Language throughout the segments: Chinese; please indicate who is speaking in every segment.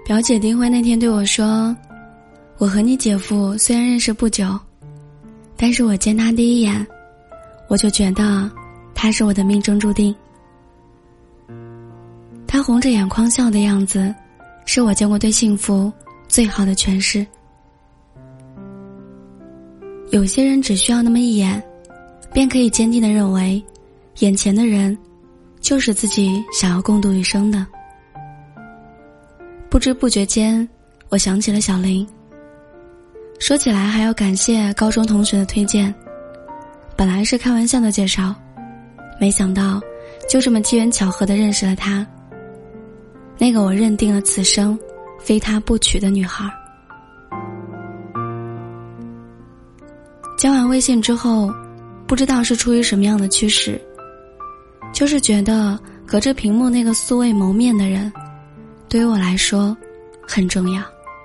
Speaker 1: 表姐订婚那天对我说，我和你姐夫虽然认识不久，但是我见他第一眼，我就觉得他是我的命中注定。他红着眼眶笑的样子，是我见过对幸福最好的诠释。有些人只需要那么一眼，便可以坚定地认为，眼前的人就是自己想要共度一生的。不知不觉间，我想起了小林。说起来还要感谢高中同学的推荐，本来是开玩笑的介绍，没想到就这么机缘巧合地认识了她，那个我认定了此生非她不娶的女孩。加完微信之后，不知道是出于什么样的驱使，就是觉得隔着屏幕那个素未谋面的人对于我来说很重要。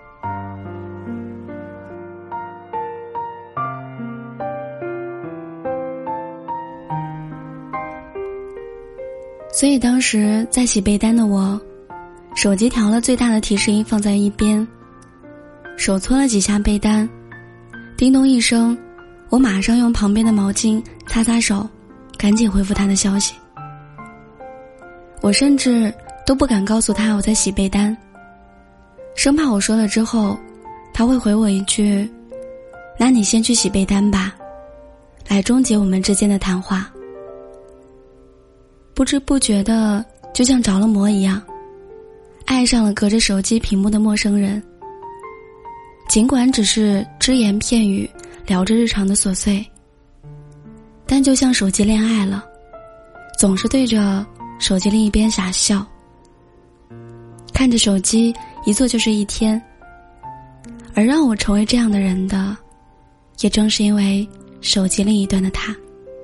Speaker 1: 所以当时在洗被单的我，手机调了最大的提示音放在一边，手搓了几下被单，叮咚一声，我马上用旁边的毛巾擦擦手，赶紧回复他的消息。我甚至都不敢告诉他我在洗被单，生怕我说了之后他会回我一句，那你先去洗被单吧，来终结我们之间的谈话。不知不觉的就像着了魔一样，爱上了隔着手机屏幕的陌生人。尽管只是只言片语聊着日常的琐碎，但就像手机恋爱了，总是对着手机另一边傻笑，看着手机一坐就是一天。而让我成为这样的人的，也正是因为手机另一端的他。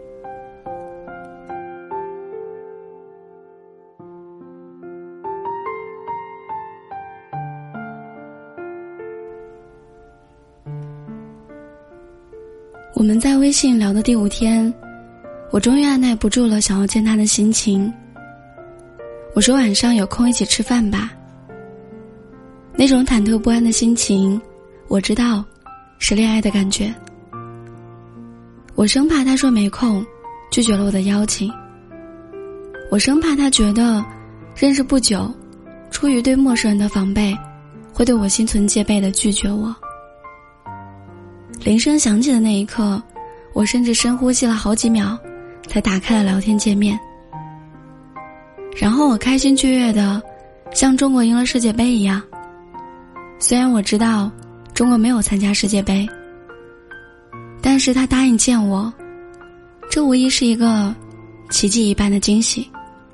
Speaker 1: 我们在微信聊的第5天，我终于按耐不住了想要见他的心情。我说晚上有空一起吃饭吧。那种忐忑不安的心情，我知道是恋爱的感觉。我生怕他说没空，拒绝了我的邀请。我生怕他觉得认识不久，出于对陌生人的防备，会对我心存戒备地拒绝我。铃声响起的那一刻，我甚至深呼吸了好几秒，才打开了聊天界面。然后我开心雀跃的像中国赢了世界杯一样。虽然我知道中国没有参加世界杯，但是他答应见我，这无疑是一个奇迹一般的惊喜。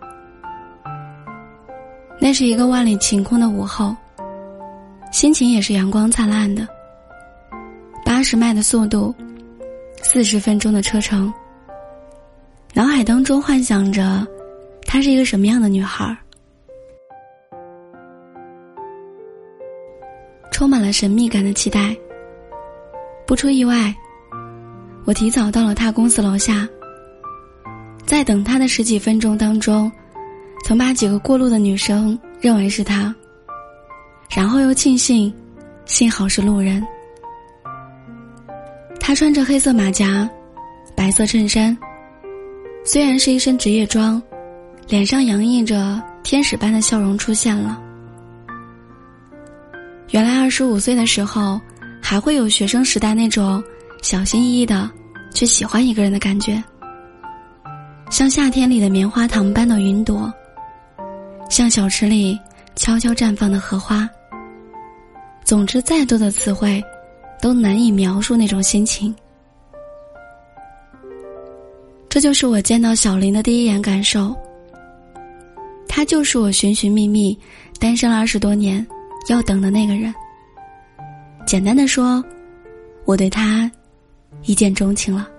Speaker 1: 那是一个万里晴空的午后，心情也是阳光灿烂的。80迈的速度，40分钟的车程，脑海当中幻想着她是一个什么样的女孩，充满了神秘感的期待。不出意外，我提早到了她公司楼下，在等她的10几分钟当中，曾把几个过路的女生认为是她，然后又庆幸幸好是路人。她穿着黑色马甲，白色衬衫，虽然是一身职业装，脸上洋溢着天使般的笑容出现了。原来25岁的时候，还会有学生时代那种小心翼翼的去喜欢一个人的感觉，像夏天里的棉花糖般的云朵，像小池里悄悄绽放的荷花。总之，再多的词汇都难以描述那种心情。这就是我见到小林的第一眼感受，他就是我寻寻觅觅单身了20多年要等的那个人。简单的说，我对他一见钟情了。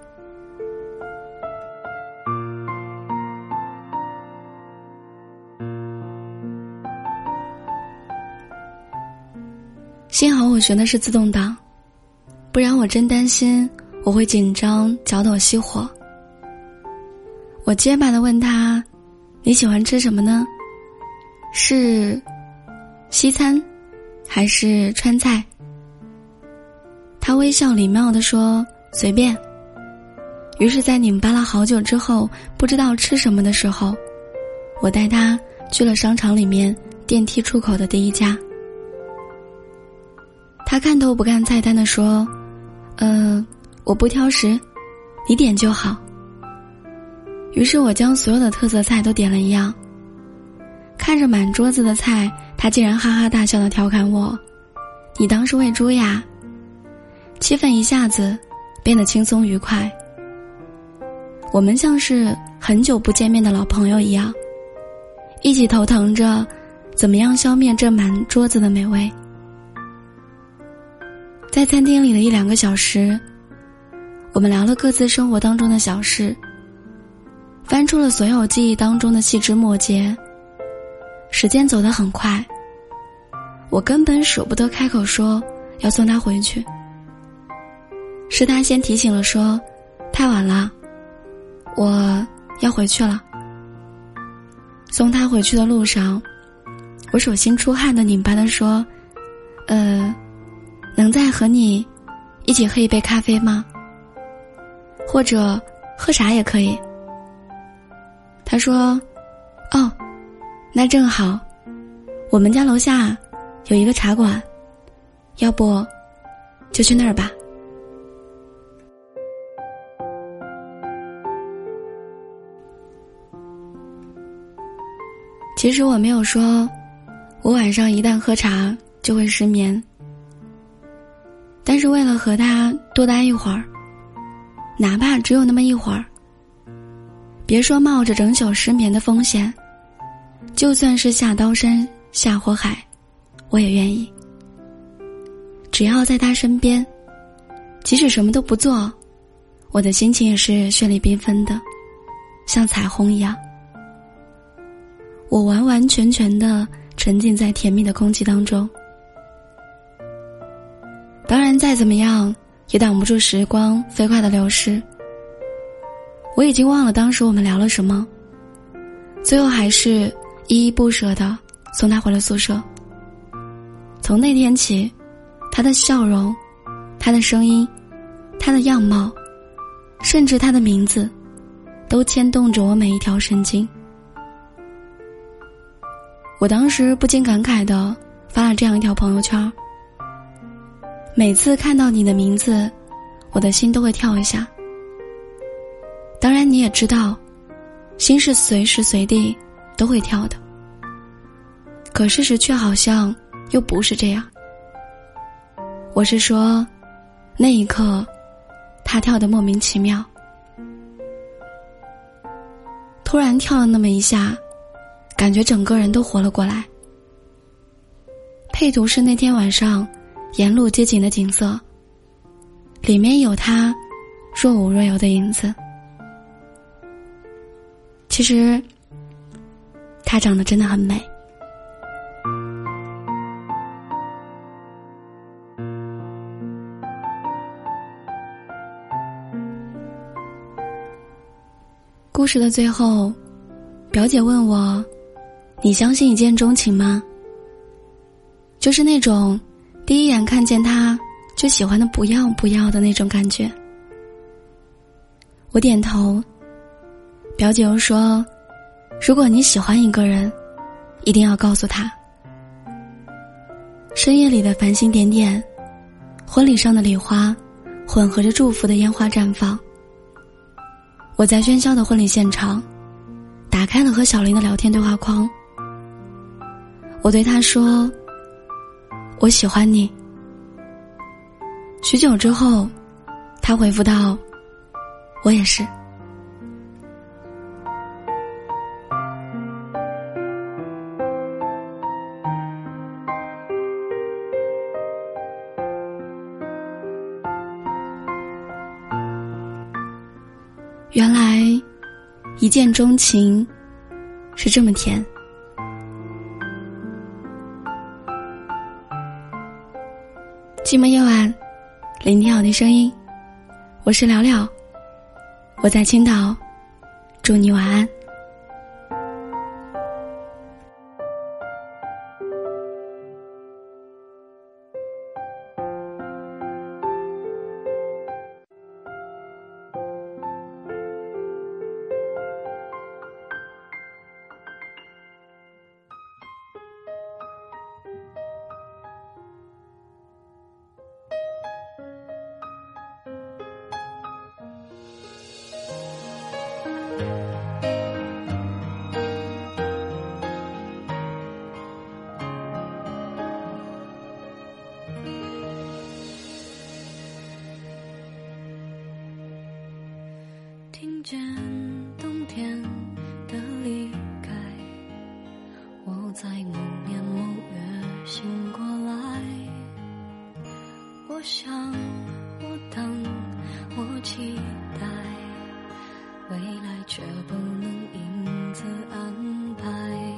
Speaker 1: 幸好我学的是自动挡，不然我真担心我会紧张脚抖熄火。我结巴地问他，你喜欢吃什么呢？是西餐还是川菜？他微笑礼貌地说随便。于是在拧巴了好久之后，不知道吃什么的时候，我带他去了商场里面电梯出口的第一家。他看都不看菜单地说我不挑食，你点就好。于是我将所有的特色菜都点了一样。看着满桌子的菜，他竟然哈哈大笑地调侃我，你当是喂猪呀？气氛一下子变得轻松愉快。我们像是很久不见面的老朋友一样，一起头疼着怎么样消灭这满桌子的美味。在餐厅里的1-2个小时，我们聊了各自生活当中的小事，翻出了所有记忆当中的细枝末节。时间走得很快，我根本舍不得开口说要送他回去，是他先提醒了说太晚了，我要回去了。送他回去的路上，我手心出汗的拧巴地说能再和你一起喝一杯咖啡吗？或者喝啥也可以。他说哦，那正好，我们家楼下有一个茶馆，要不就去那儿吧。其实我没有说我晚上一旦喝茶就会失眠，但是为了和他多待一会儿，哪怕只有那么一会儿，别说冒着整宿失眠的风险，就算是下刀山下火海，我也愿意。只要在他身边，即使什么都不做，我的心情也是绚丽缤纷的，像彩虹一样。我完完全全的沉浸在甜蜜的空气当中。当然再怎么样也挡不住时光飞快的流逝。我已经忘了当时我们聊了什么，最后还是依依不舍地送他回了宿舍。从那天起，他的笑容，他的声音，他的样貌，甚至他的名字，都牵动着我每一条神经。我当时不禁感慨地发了这样一条朋友圈，每次看到你的名字，我的心都会跳一下。当然你也知道，心是随时随地都会跳的，可事实却好像又不是这样。我是说，那一刻他跳得莫名其妙，突然跳了那么一下，感觉整个人都活了过来。配图是那天晚上沿路街景的景色，里面有他若无若有的影子。其实她长得真的很美。故事的最后，表姐问我，你相信一见钟情吗？就是那种第一眼看见他就喜欢的不要不要的那种感觉。我点头。表姐又说，如果你喜欢一个人，一定要告诉他。深夜里的繁星点点，婚礼上的礼花混合着祝福的烟花绽放。我在喧嚣的婚礼现场打开了和小林的聊天对话框，我对他说，我喜欢你。许久之后，他回复道，我也是。原来一见钟情是这么甜。寂寞夜晚，聆听好的声音，我是聊聊，我在青岛，祝你晚安。
Speaker 2: 见冬天的离开，我在某年某月醒过来。我想，我等，我期待，未来却不能因此安排。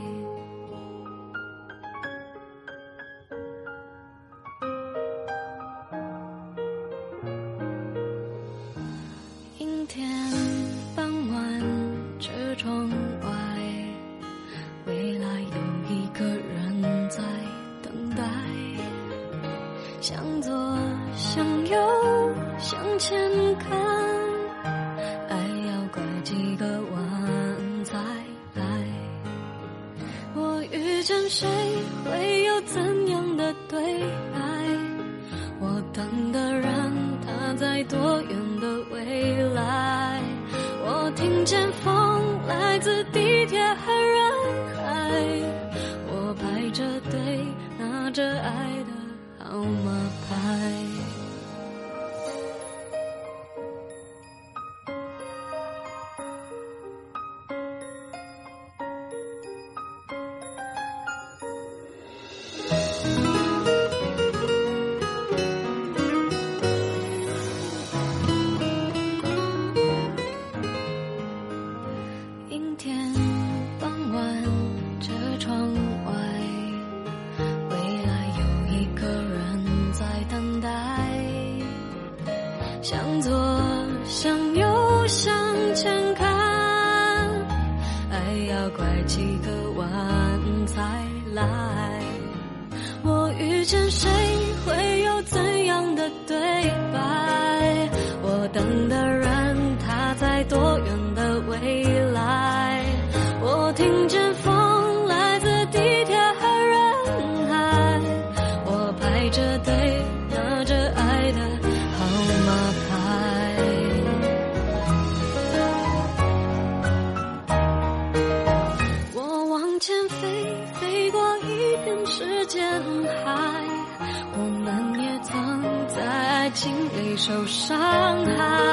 Speaker 2: 阴天傍晚，车窗外，未来有一个人在等待。向左，向右，向前看，爱要拐几个弯才来。我遇见谁，会有怎样的对白？我等的人，他在多远的未来？我听见风来自地铁和人海，我排着队，拿着爱的号码牌。阴天傍晚，车窗外，未来有一个人在等待。向左，向右，向前看，爱要拐几个弯才来。我遇见谁，会有怎样的对白？我等的人，他在多远的未来？我听见风来自地铁和人海，我排着队，拿着爱的号码牌。我往前飞，飞过一片时间海，我们也曾在爱情里受伤害。